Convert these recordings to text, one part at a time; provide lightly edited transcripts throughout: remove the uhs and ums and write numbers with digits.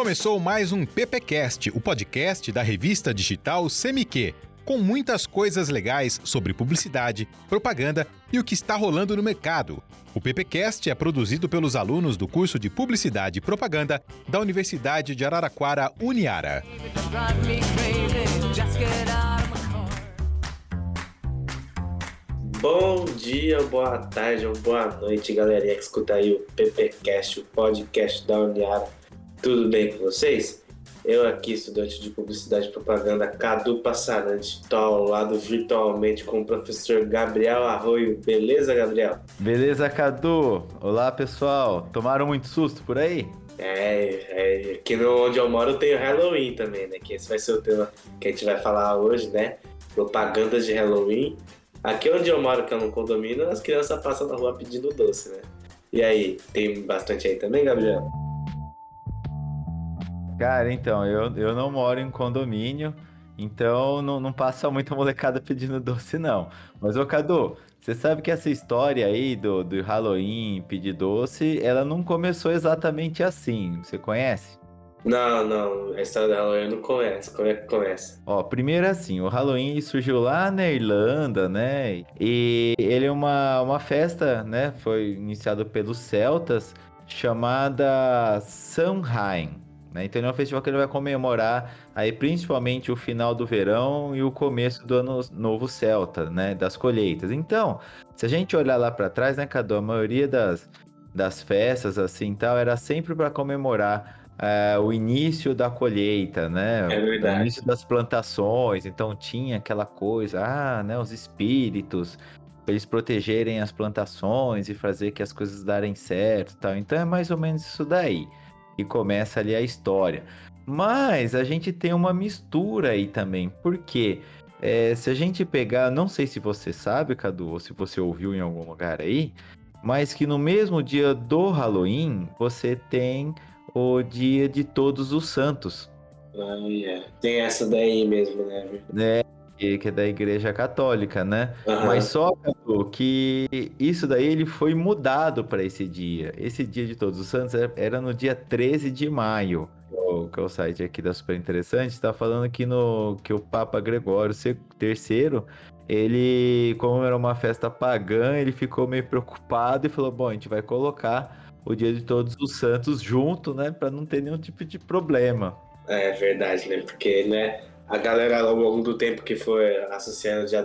Começou mais um PPcast, o podcast da revista digital CMQ, com muitas coisas legais sobre publicidade, propaganda e o que está rolando no mercado. O PPcast é produzido pelos alunos do curso de Publicidade e Propaganda da Universidade de Araraquara, Uniara. Bom dia, boa tarde ou boa noite, galerinha que escuta aí o PPcast, o podcast da Uniara. Tudo bem com vocês? Eu aqui, estudante de Publicidade e Propaganda, Cadu Passarante, estou ao lado virtualmente com o professor Gabriel Arroio. Beleza, Gabriel? Beleza, Cadu? Olá, pessoal. Tomaram muito susto por aí? Aqui onde eu moro tem o Halloween também, né? Que esse vai ser o tema que a gente vai falar hoje, né? Propagandas de Halloween. Aqui onde eu moro, que é num condomínio, as crianças passam na rua pedindo doce, né? E aí, tem bastante aí também, Gabriel? Cara, então, eu não moro em condomínio, então não passa muita molecada pedindo doce, não. Mas, ô Cadu, você sabe que essa história aí do Halloween pedir doce, ela não começou exatamente assim, você conhece? Não, a história do Halloween eu não conheço. Como é que começa? Ó, primeiro assim, o Halloween surgiu lá na Irlanda, né? E ele é uma festa, né? Foi iniciado pelos celtas, chamada Samhain, né? Então ele é um festival que ele vai comemorar aí principalmente o final do verão e o começo do ano novo celta, né? Das colheitas. Então, se a gente olhar lá para trás, né, Cadu, a maioria das festas assim tal era sempre para comemorar o início da colheita, né? É verdade. O início das plantações. Então tinha aquela coisa, né? Os espíritos, para eles protegerem as plantações e fazer que as coisas darem certo, e tal. Então é mais ou menos isso daí. E começa ali a história. Mas a gente tem uma mistura aí também, porque se a gente pegar, não sei se você sabe, Cadu, ou se você ouviu em algum lugar aí, mas que no mesmo dia do Halloween, você tem o dia de Todos os Santos. Tem essa daí mesmo, né? Que é da Igreja Católica, né? Uhum. Mas só, Cadu, que isso daí ele foi mudado para esse dia. Esse dia de Todos os Santos era no dia 13 de maio. Que é o site aqui da Super Interessante, está falando que o Papa Gregório III, ele, como era uma festa pagã, ele ficou meio preocupado e falou, bom, a gente vai colocar o dia de Todos os Santos junto, né, para não ter nenhum tipo de problema. É verdade, né? Porque, né, a galera ao longo do tempo que foi associando o dia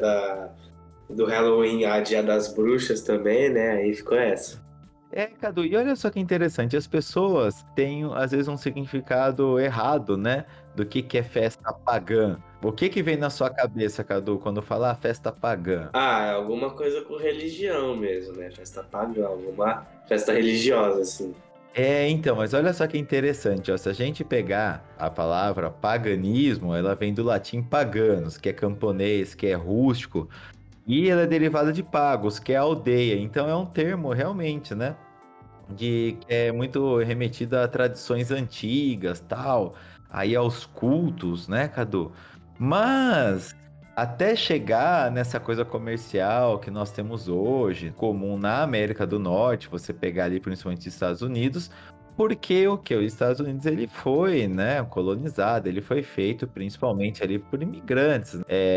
do Halloween a dia das bruxas também, né? Aí ficou essa. Cadu, e olha só que interessante, as pessoas têm, às vezes, um significado errado, né, do que é festa pagã. O que vem na sua cabeça, Cadu, quando fala festa pagã? É alguma coisa com religião mesmo, né? Festa pagã, alguma festa religiosa, assim. Então, mas olha só que interessante, ó, se a gente pegar a palavra paganismo, ela vem do latim paganos, que é camponês, que é rústico, e ela é derivada de pagos, que é aldeia. Então é um termo realmente, né? Que é muito remetido a tradições antigas, tal, aí aos cultos, né, Cadu? Mas até chegar nessa coisa comercial que nós temos hoje, comum na América do Norte, você pegar ali principalmente os Estados Unidos, porque o que? Os Estados Unidos ele foi, né, colonizado, ele foi feito principalmente ali por imigrantes,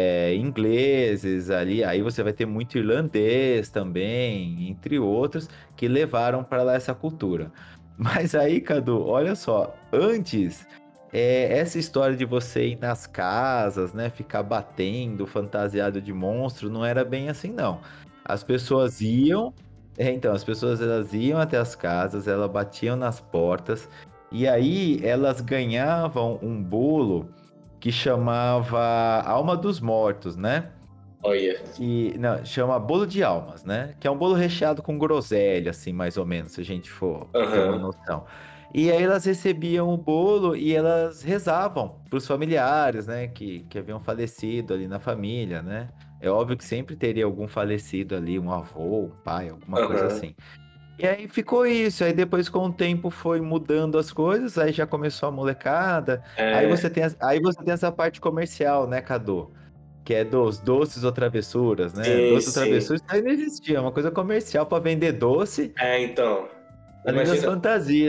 ingleses ali, aí você vai ter muito irlandês também, entre outros, que levaram para lá essa cultura. Mas aí, Cadu, olha só, antes, essa história de você ir nas casas, né, ficar batendo, fantasiado de monstro, não era bem assim, não. As pessoas iam... Então, as pessoas elas iam até as casas, elas batiam nas portas e aí elas ganhavam um bolo que chamava Alma dos Mortos, né? Olha. Não, chama bolo de almas, né? Que é um bolo recheado com groselha, assim, mais ou menos, se a gente for ter uma noção. E aí elas recebiam o bolo e elas rezavam para os familiares, né? Que haviam falecido ali na família, né? É óbvio que sempre teria algum falecido ali, um avô, um pai, alguma coisa assim. E aí ficou isso, aí depois com o tempo foi mudando as coisas, aí já começou a molecada, aí você tem essa parte comercial, né, Cadu? Que é dos doces ou travessuras, né? Sim, Doces ou sim. travessuras aí não existia, é uma coisa comercial para vender doce, Então. além das fantasias.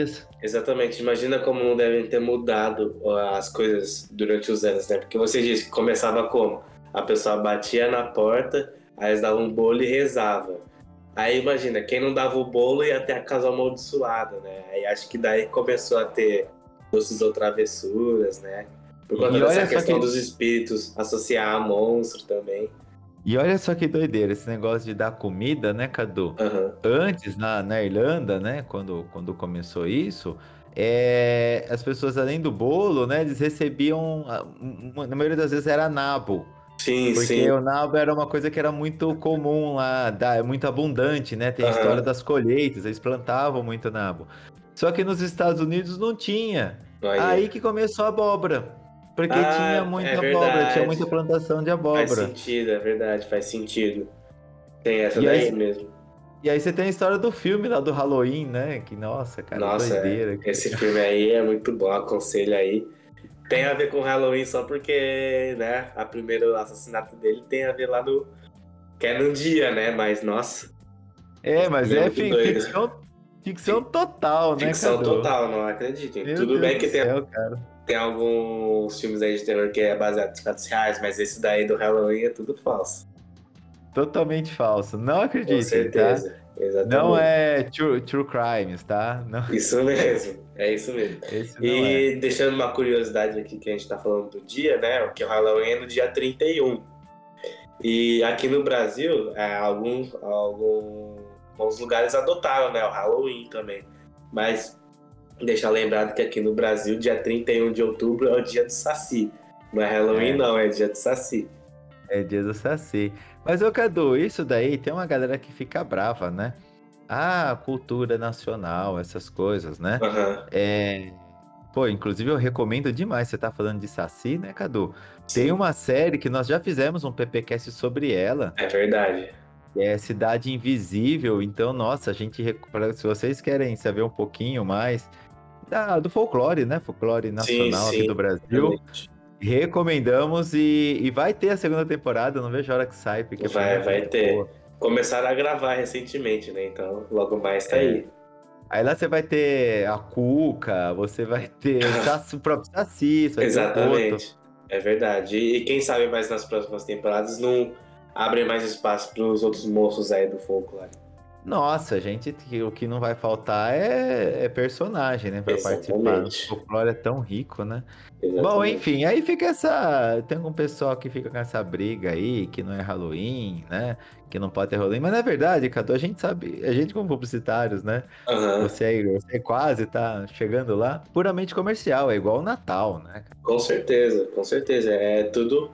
Exatamente. Imagina como não devem ter mudado as coisas durante os anos, né? Porque você disse que começava como? A pessoa batia na porta, aí eles davam um bolo e rezava. Aí imagina, quem não dava o bolo ia ter a casa amaldiçoada, né? Aí acho que daí começou a ter doces ou travessuras, né? Por conta E dessa olha só questão que, dos espíritos, associar a monstro também. e olha só que doideira, esse negócio de dar comida, né, Cadu? Aham. Antes, na Irlanda, né, quando começou isso, as pessoas, além do bolo, né, eles recebiam, na maioria das vezes era nabo, Sim, porque sim. o nabo era uma coisa que era muito comum lá, muito abundante, né, tem a história Aham. das colheitas, eles plantavam muito nabo. Só que nos Estados Unidos não tinha. Aí Aí. que começou a abóbora, porque tinha Ah, é muita abóbora, tinha muita verdade. plantação de Faz abóbora. sentido, é verdade, faz sentido. Tem essa E aí, daí mesmo. E aí você tem a história do filme lá do Halloween, né? Que, nossa, cara, Nossa, doideira. esse filme aí é muito bom, aconselho aí. Tem a ver com Halloween só porque, né, a primeiro assassinato dele tem a ver lá no... Que é num dia, né? Mas, nossa, É, esse mas filme é é muito doido. ficção total, né, Ficção Cadu? total, não acreditem. Meu Tudo Deus bem do que céu, cara. tem alguns filmes aí de terror que é baseado em fatos reais, mas esse daí do Halloween é tudo falso. Totalmente falso. Não Com acreditem, tá? certeza, Não exatamente. é true crimes, tá? Não, Isso mesmo, é isso mesmo. esse não é. E deixando uma curiosidade aqui que a gente tá falando do dia, né? Que o Halloween é no dia 31. E aqui no Brasil, alguns lugares adotaram, né? O Halloween também. Mas deixa lembrado que aqui no Brasil, dia 31 de outubro é o dia do Saci. Não é Halloween, É, não, é dia do Saci. é dia do Saci. Mas, ô Cadu, isso daí tem uma galera que fica brava, né? Ah, cultura nacional, essas coisas, né? Aham, É, pô, inclusive eu recomendo demais. Você tá falando de Saci, né, Cadu? Tem sim, uma série que nós já fizemos um PPcast sobre ela, é verdade. que é Cidade Invisível. Então, nossa, se vocês querem saber um pouquinho mais do folclore, né? Folclore Sim, nacional aqui sim, do Brasil, exatamente. recomendamos e vai ter a segunda temporada. Eu não vejo a hora que sai, porque foi Vai muito ter. boa. Começaram a gravar recentemente, né? Então, logo mais tá É. aí. Aí lá você vai ter a Cuca, você vai ter o próprio Saci, você vai ter o Boto. Exatamente. É verdade. E quem sabe mais nas próximas temporadas não abrem mais espaço para os outros moços aí do folclore. Nossa, gente, o que não vai faltar é personagem, né, para participar. O Exatamente. folclore é tão rico, né? Bom, Exatamente. enfim, aí fica essa. Tem algum pessoal que fica com essa briga aí, que não é Halloween, né? Que não pode ter Halloween. Mas na verdade, Cadu, a gente sabe, a gente como publicitários, né? Aham. Você quase tá chegando lá, puramente comercial, é igual o Natal, né? Com certeza, com certeza. É tudo.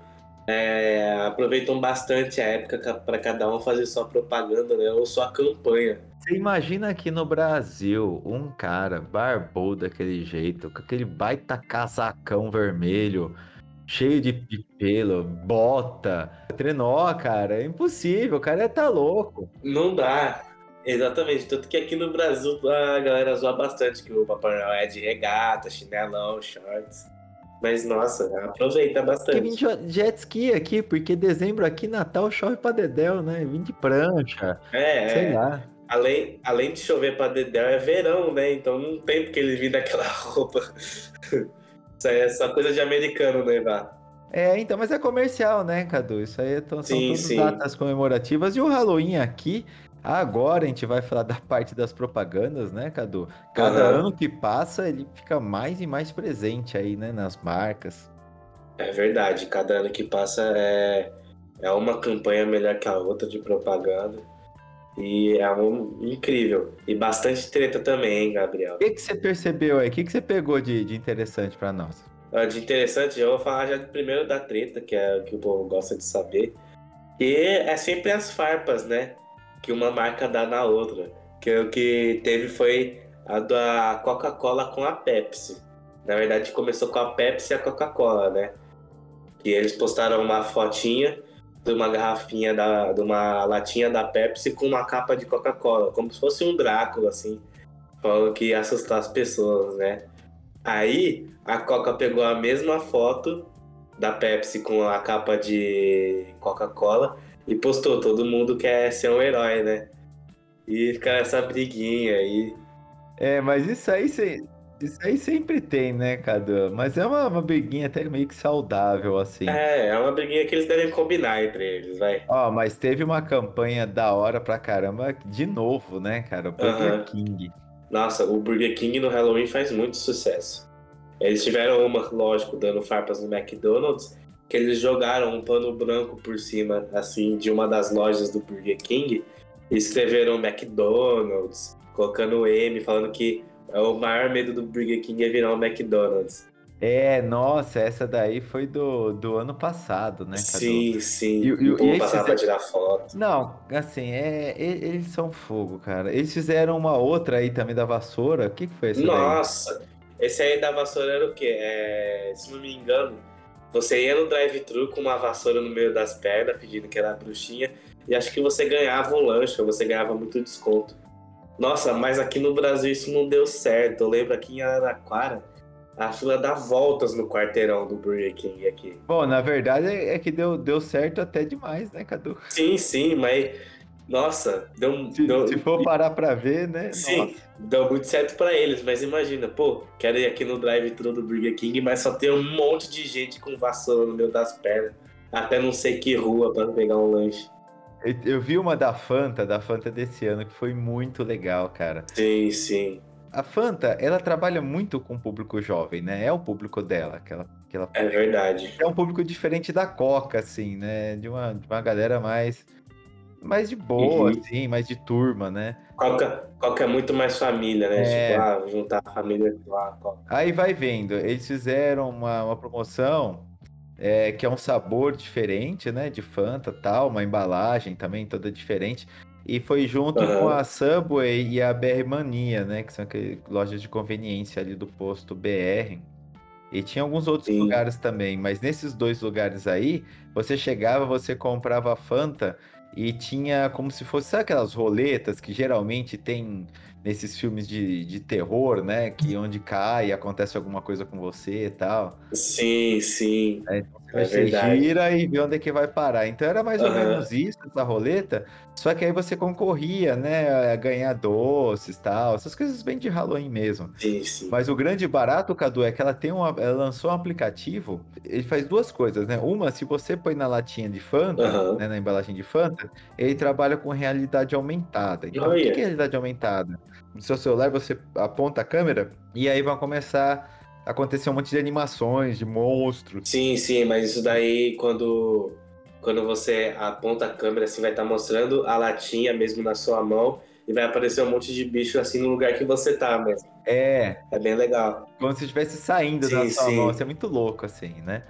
Aproveitam bastante a época para cada um fazer sua propaganda, né? Ou sua campanha. Você imagina aqui no Brasil um cara barbudo daquele jeito, com aquele baita casacão vermelho, cheio de pelo, bota, trenó, cara, é impossível, o cara tá louco. Não dá. Exatamente. Tanto que aqui no Brasil a galera zoa bastante que o Papai Noel é de regata, chinelão, shorts. Mas nossa, aproveita Que vim bastante. de jet ski aqui, porque dezembro aqui, Natal, chove pra dedéu, né? Vim de prancha, sei É, é. lá. Além de chover pra dedéu, é verão, né? Então não tem porque ele vir daquela roupa. Isso aí é só coisa de americano, né, Vá? É, então, mas é comercial, né, Cadu? Isso aí são Sim, todas sim. datas comemorativas. E o Halloween aqui, agora a gente vai falar da parte das propagandas, né, Cadu? Cada Aham. ano que passa, ele fica mais e mais presente aí, né, nas marcas. É verdade. Cada ano que passa é uma campanha melhor que a outra de propaganda. E é incrível. E bastante treta também, hein, Gabriel? O que que você percebeu aí? O que que você pegou de interessante para nós? De interessante, eu vou falar já primeiro da treta, que é o que o povo gosta de saber. E é sempre as farpas, né? Que uma marca dá na outra. Que o que teve foi a da Coca-Cola com a Pepsi. Na verdade, começou com a Pepsi e a Coca-Cola, né? Que eles postaram uma fotinha de uma garrafinha, de uma latinha da Pepsi com uma capa de Coca-Cola, como se fosse um Drácula, assim. Falando que ia assustar as pessoas, né? Aí a Coca pegou a mesma foto da Pepsi com a capa de Coca-Cola e postou. Todo mundo quer ser um herói, né? E fica essa briguinha aí. É, mas isso aí, Isso aí sempre tem, né, Cadu? Mas é uma briguinha até meio que saudável, assim. É uma briguinha que eles devem combinar entre eles, vai. Ó, mas teve uma campanha da hora pra caramba de novo, né, cara? O Burger Aham. King. Nossa, o Burger King no Halloween faz muito sucesso. Eles tiveram uma, lógico, dando farpas no McDonald's, que eles jogaram um pano branco por cima, assim, de uma das lojas do Burger King e escreveram McDonald's, colocando o M, falando que o maior medo do Burger King é virar um McDonald's. É, nossa, essa daí foi do ano passado, né, Cadu? Sim, E, sim. e, E o e povo esses. passava pra tirar foto. Não, assim, eles são fogo, cara. Eles fizeram uma outra aí também da vassoura. O que foi essa daí? Nossa, esse aí da vassoura era o quê? Se não me engano, você ia no drive-thru com uma vassoura no meio das pernas, fingindo que era a bruxinha, e acho que você ganhava um lanche, ou você ganhava muito desconto. Nossa, mas aqui no Brasil isso não deu certo. Eu lembro aqui em Araraquara, a fila dá voltas no quarteirão do Burger King aqui. Bom, na verdade é que deu certo até demais, né, Cadu? Sim, sim, mas nossa, Se for parar pra ver, né? sim, Nossa. deu muito certo pra eles, mas imagina, pô, quero ir aqui no drive-thru do Burger King, mas só tem um monte de gente com vassoura no meio das pernas, até não sei que rua pra pegar um lanche. Eu vi uma da Fanta desse ano, que foi muito legal, cara. Sim, sim, A Fanta, ela trabalha muito com o público jovem, né? É o público dela, que ela é verdade. é um público diferente da Coca, assim, né? De uma galera mais de boa, Uhum. assim, mais de turma, né? Coca é muito mais família, né? Tipo, É, juntar a família lá, Coca. aí vai vendo, eles fizeram uma promoção que é um sabor diferente, né? De Fanta e tal, uma embalagem também toda diferente. E foi junto com Aham, a Subway e a BR Mania, né? Que são aquelas lojas de conveniência ali do posto BR. E tinha alguns outros sim. lugares também, mas nesses dois lugares aí, você chegava, você comprava a Fanta e tinha como se fosse, sabe aquelas roletas que geralmente tem nesses filmes de terror, né? Que onde cai e acontece alguma coisa com você e tal. Sim, sim, Então é você verdade. gira e vê onde é que vai parar. Então era mais ou Aham, menos isso, essa roleta, só que aí você concorria, né? A ganhar doces e tal, essas coisas bem de Halloween mesmo. sim, sim. Mas o grande barato, Cadu, é que ela lançou um aplicativo, ele faz duas coisas, né? Uma, se você põe na latinha de Fanta, Aham. né, na embalagem de Fanta, ele trabalha com realidade aumentada. Então, o que que é Olha. realidade aumentada? No seu celular, você aponta a câmera e aí vão começar a acontecer um monte de animações, de monstros. Sim, sim, mas isso daí quando você aponta a câmera assim vai estar mostrando a latinha mesmo na sua mão e vai aparecer um monte de bicho assim no lugar que você tá mesmo. É, É bem legal. como se estivesse saindo da Sim, sua mão. sim. Isso é muito louco, assim, né?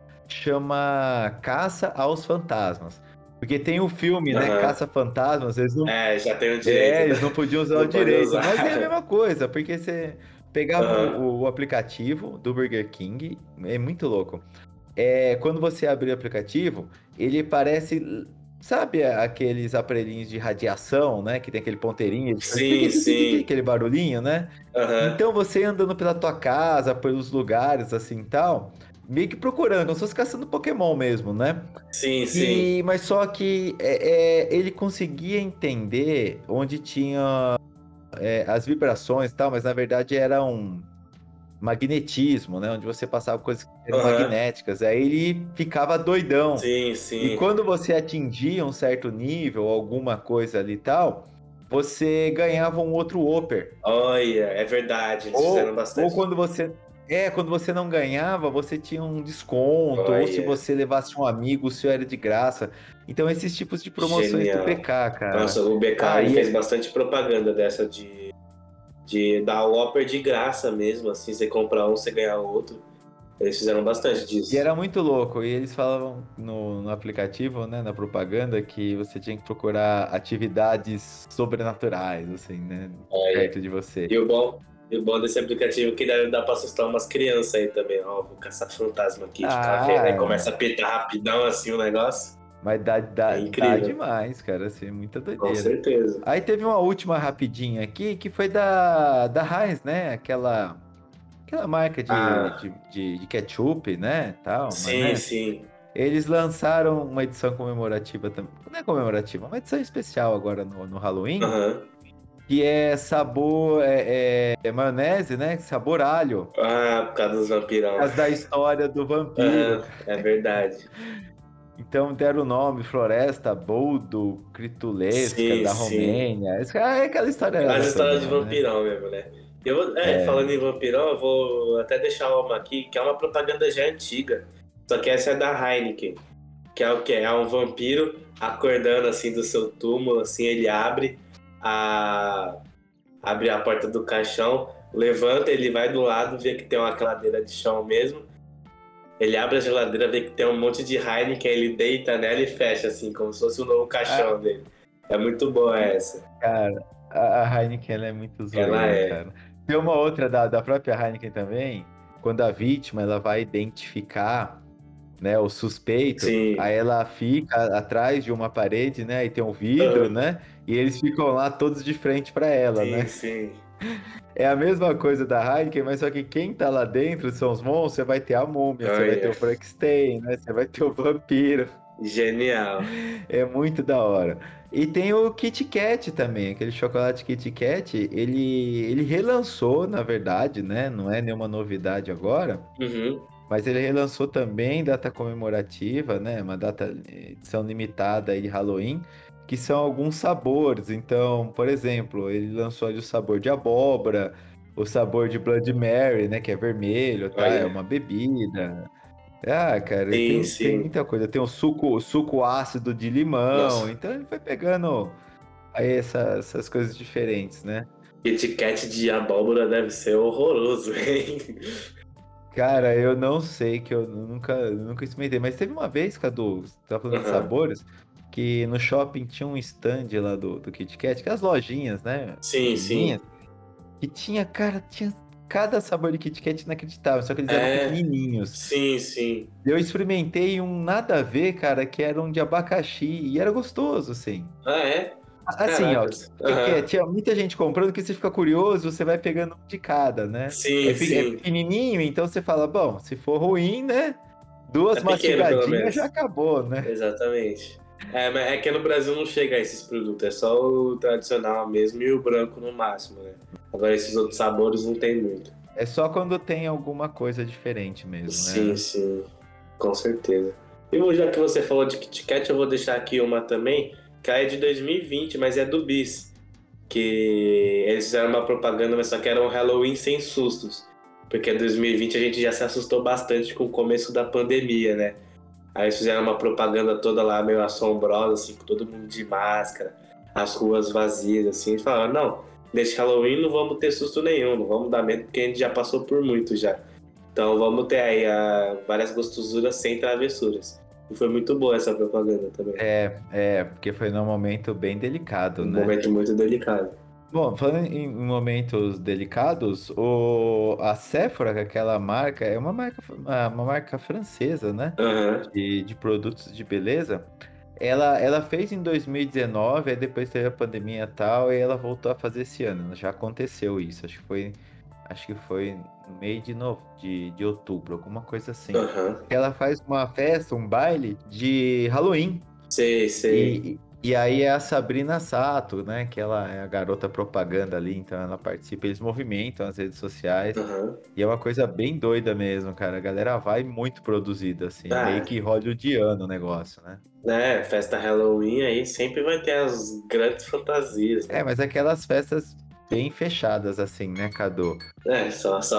Chama Caça aos Fantasmas. Porque tem o filme, né? Aham. Caça-Fantasmas, Já tem o direito, né? eles não podiam usar o Não pode direito, usar. mas é a mesma coisa, porque você pegava Aham. o aplicativo do Burger King, é muito louco. Quando você abre o aplicativo, ele parece, sabe aqueles aparelhinhos de radiação, né? Que tem aquele ponteirinho, ele faz Sim, sim. aquele barulhinho, né? Aham. Então você andando pela tua casa, pelos lugares assim tal, meio que procurando, como se fosse caçando Pokémon mesmo, né? Sim, sim. Mas só que ele conseguia entender onde tinha as vibrações e tal, mas na verdade era um magnetismo, né? Onde você passava coisas que eram Aham. magnéticas. Aí ele ficava doidão. Sim, E sim. quando você atingia um certo nível, alguma coisa ali e tal, você ganhava um outro Whopper. Olha, é verdade, eles fizeram Ou bastante. quando você não ganhava, você tinha um desconto, ou se Olha, você levasse um amigo, o seu era de graça. Então, esses tipos de promoções do genial. BK, cara. Nossa, o BK Ah, ele fez bastante propaganda dessa de dar o Whopper de graça mesmo, assim, você comprar um, você ganhar outro. Eles fizeram bastante e disso. era muito louco. E eles falavam no aplicativo, né, na propaganda, que você tinha que procurar atividades sobrenaturais, assim, né, Olha, perto de você. e o bom desse aplicativo é que deve dar pra assustar umas crianças aí também. Ó, vou caçar fantasma aqui, ficar vendo. Aí começa Ah, a apitar rapidão assim o negócio. mas dá, É dá, dá incrível, demais, cara, assim, é muita com doideira. certeza. Aí teve uma última rapidinha aqui, que foi da Heinz, né? Aquela marca de, Ah, de, de, de ketchup, né? Tal, mas, sim, né? sim. Eles lançaram uma edição comemorativa também. Não é comemorativa, é uma edição especial agora no Halloween. Aham. que é sabor maionese, né? Sabor alho. Ah, por causa dos Por vampirão. causa da história do vampiro. Aham, é verdade. Então deram o nome Floresta Boldo Critulesca Sim, da sim. Romênia. É aquela história As histórias de toda, né? vampirão mesmo, né? Falando em vampirão, eu vou até deixar uma aqui, que é uma propaganda já antiga. Só que essa é da Heineken. Que é o quê? É um vampiro acordando assim do seu túmulo, assim, ele a, abre a porta do caixão, levanta, ele vai do lado, vê que tem uma geladeira de chão mesmo. Ele abre a geladeira, vê que tem um monte de Heineken, ele deita nela e fecha, assim, como se fosse o novo Ah, caixão dele. É muito boa essa. cara, a Heineken ela é muito Ela zoeira, é. cara. Tem uma outra da própria Heineken também, quando a vítima ela vai identificar, né, o suspeito, Sim. aí ela fica atrás de uma parede, né, e tem um vidro, Aham. né, e eles ficam lá todos de frente para ela, Sim, né? sim. É a mesma coisa da Heineken, mas só que quem tá lá dentro são os monstros, você vai ter a múmia, você vai ter Olha, o Frankenstein, né, você vai ter o vampiro. genial. É muito da hora. E tem o Kit Kat também, aquele chocolate Kit Kat, ele relançou, na verdade, né? Não é nenhuma novidade agora, Uhum. mas ele relançou também data comemorativa, né? Uma data edição limitada aí de Halloween, que são alguns sabores. Então, por exemplo, ele lançou ali o sabor de abóbora, o sabor de Blood Mary, né? Que é vermelho, tá? É Olha. uma bebida. Ah, cara, e Sim, tem sim. muita coisa. Tem o suco ácido de limão. Nossa. Então ele foi pegando aí essas coisas diferentes, né? Kit Kat de abóbora deve ser horroroso, hein? Cara, eu não sei que eu nunca experimentei. Mas teve uma vez, Cadu, você tava falando de Aham. sabores, que no shopping tinha um stand lá do Kit Kat, aquelas lojinhas, né? Sim, sim. Pequenininhas, que tinha, cara, tinha cada sabor de Kit Kat inacreditável, só que eles eram É, pequenininhos. sim, sim. Eu experimentei um nada a ver, cara, que era um de abacaxi e era gostoso, assim. Ah, é? Assim, ó, Caracas. que é? Aham. Tinha muita gente comprando que você fica curioso, você vai pegando um de cada, né? Sim, É sim. pequenininho, então você fala, bom, se for ruim, né? É Duas pequeno, pelo mastigadinhas já menos. acabou, né? Exatamente. É, mas é que no Brasil não chega a esses produtos, é só o tradicional mesmo e o branco no máximo, né? Agora esses outros sabores não tem muito. É só quando tem alguma coisa diferente mesmo, Sim, né? sim, com certeza. Já que você falou de Kit Kat, eu vou deixar aqui uma também, que é de 2020, mas é do Bis. Que eles fizeram uma propaganda, mas só que era um Halloween sem sustos. Porque em 2020 a gente já se assustou bastante com o começo da pandemia, né? Aí eles fizeram uma propaganda toda lá meio assombrosa, assim, com todo mundo de máscara, as ruas vazias, assim. E falaram, não, nesse Halloween não vamos ter susto nenhum, não vamos dar medo, porque a gente já passou por muito já. Então vamos ter aí várias gostosuras sem travessuras. E foi muito boa essa propaganda também. Porque foi num momento bem delicado, Um né? momento muito delicado. Bom, falando em momentos delicados, a Sephora, que é aquela marca, é uma marca francesa, né? Aham. De produtos de beleza. Ela fez em 2019, aí depois teve a pandemia e tal, e ela voltou a fazer esse ano. Já aconteceu isso, acho que foi no meio de outubro, alguma coisa assim. Aham. Ela faz uma festa, um baile de Halloween. Sei, sei. E aí é a Sabrina Sato, né? Que ela é a garota propaganda ali, então ela participa, eles movimentam as redes sociais. Aham. E é uma coisa bem doida mesmo, cara. A galera vai muito produzida, assim, meio Ah, que hollywoodiano o negócio, né? né? Festa Halloween aí sempre vai ter as grandes fantasias, né? Mas aquelas festas bem fechadas, assim, né, Cadu? É,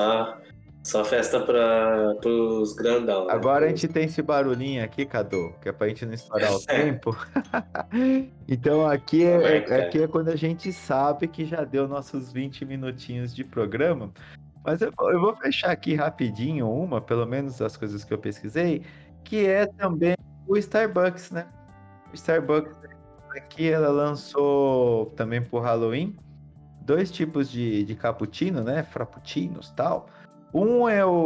só festa pros grandão, né? Agora a gente tem esse barulhinho aqui, Cadu, que é pra gente não estourar o tempo. Então aqui Pra aqui marcar. é quando a gente sabe que já deu nossos 20 minutinhos de programa. Mas eu vou fechar aqui rapidinho pelo menos as coisas que eu pesquisei, que é também o Starbucks, né? O Starbucks aqui, ela lançou também por Halloween dois tipos de cappuccino, né? Frappuccinos, tal. Um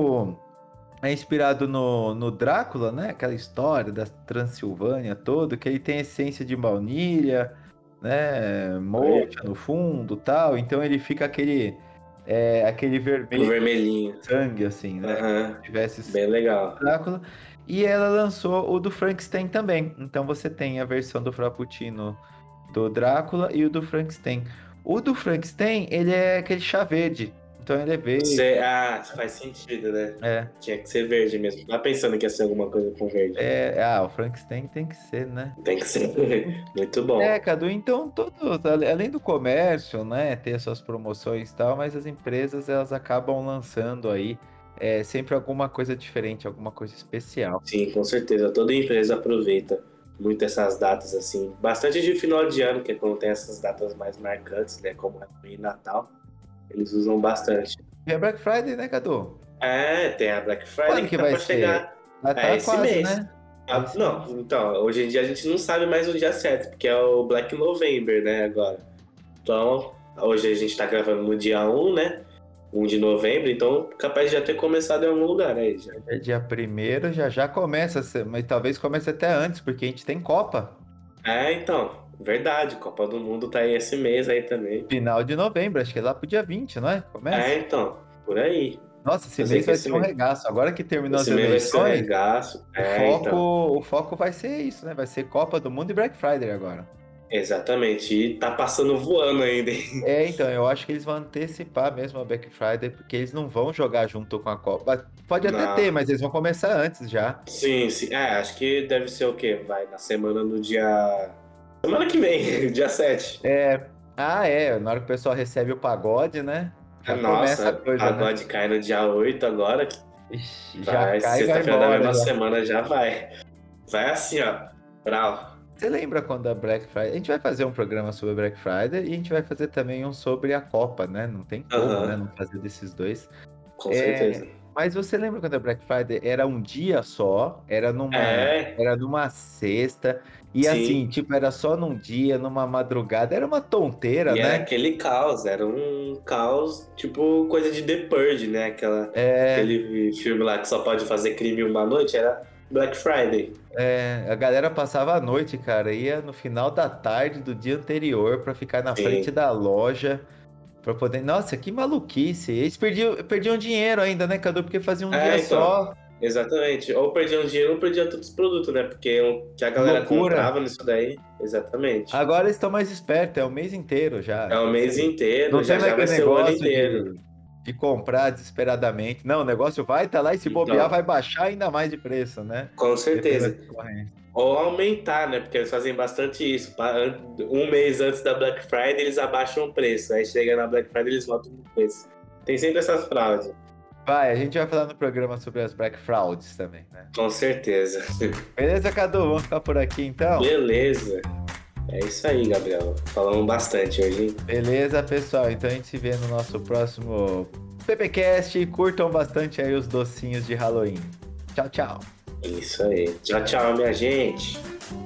é inspirado no Drácula, né? Aquela história da Transilvânia todo, que ele tem essência de baunilha, né? Olha, Mocha no fundo, tal. Então ele fica aquele o vermelho vermelhinho. sangue, assim, né? Aham. Se tivesse Bem legal. Drácula. E ela lançou o do Frankenstein também. Então você tem a versão do Frappuccino do Drácula e o do Frankenstein. O do Frankenstein, ele é aquele chá verde. Então ele é verde. Faz sentido, né? É. Tinha que ser verde mesmo. Tava pensando que ia ser alguma coisa com verde. O Frankenstein tem que ser, né? Tem que ser. Muito bom. Cadu, então além do comércio, né, ter suas promoções e tal, mas as empresas, elas acabam lançando aí sempre alguma coisa diferente, alguma coisa especial. Sim, com certeza. Toda empresa aproveita muito essas datas, assim. Bastante de final de ano, que é quando tem essas datas mais marcantes, né? Como Halloween e Natal. Eles usam bastante. E a Black Friday, né, Cadu? Tem a Black Friday Quando que tá vai pra ser? chegar. Tá Esse quase, mês. né? Não, então, hoje em dia a gente não sabe mais o dia certo, porque é o Black November, né, agora. Então, hoje a gente tá gravando no dia 1, né? 1 de novembro, então capaz de já ter começado em algum lugar aí já. É dia 1º, já começa, mas talvez comece até antes, porque a gente tem Copa. Então, verdade, Copa do Mundo tá aí esse mês aí também. Final de novembro, acho que é lá pro dia 20, não é? Começa? Então, por aí. Nossa, esse mês vai ser um regaço. Agora que terminou as eleições, vai ser um regaço. O foco vai ser isso, né? Vai ser Copa do Mundo e Black Friday agora. Exatamente, e tá passando voando ainda, hein? Então, eu acho que eles vão antecipar mesmo a Black Friday, porque eles não vão jogar junto com a Copa. Pode até ter, mas eles vão começar antes já. Sim. Acho que deve ser o quê? Vai na semana do dia... Semana que vem, dia 7. Na hora que o pessoal recebe o pagode, né? Já começa a coisa, pagode, né? Cai no dia 8 agora. Ixi, já cai e vai sexta-feira embora. Da mesma semana já vai. Vai assim, ó. Bravo. Você lembra quando a Black Friday... A gente vai fazer um programa sobre a Black Friday e a gente vai fazer também um sobre a Copa, né? Não tem como, né? Não fazer desses dois. Com certeza. Mas você lembra quando a Black Friday era um dia só? Era numa sexta. E Sim. assim, tipo, era só num dia, numa madrugada. Era uma tonteira, né? Era aquele caos. Era um caos, tipo, coisa de The Purge, né? Aquele filme lá que só pode fazer crime uma noite. Era Black Friday. A galera passava a noite, cara, ia no final da tarde do dia anterior pra ficar na frente da loja, pra poder... Nossa, que maluquice! Eles perdiam dinheiro ainda, né, Cadu? Porque faziam um dia só. Exatamente. Ou perdiam dinheiro ou perdiam todos os produtos, né? Porque que a galera comprava nisso daí. Exatamente. Agora eles estão mais espertos, é o mês inteiro já. É o mês inteiro, não já vai ser o ano inteiro. De comprar desesperadamente. Não, o negócio vai estar lá e se bobear vai baixar ainda mais de preço, né? Com certeza. Ou aumentar, né? Porque eles fazem bastante isso. Um mês antes da Black Friday, eles abaixam o preço. Aí chega na Black Friday, eles voltam no preço. Tem sempre essas fraudes. A gente vai falar no programa sobre as Black Frauds também, né? Com certeza. Beleza, Cadu? Vamos ficar por aqui, então? Beleza. É isso aí, Gabriel. Falamos bastante hoje, hein? Beleza, pessoal. Então a gente se vê no nosso próximo PPcast. Curtam bastante aí os docinhos de Halloween. Tchau, tchau. Isso aí. Tchau, tchau, minha gente.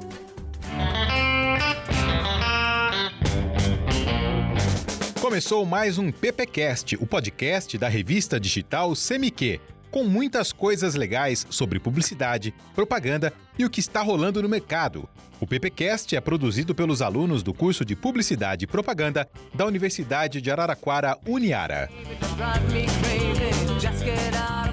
Começou mais um PPcast, o podcast da revista digital CMQ, com muitas coisas legais sobre publicidade, propaganda e o que está rolando no mercado. O PPcast é produzido pelos alunos do curso de Publicidade e Propaganda da Universidade de Araraquara, Uniara.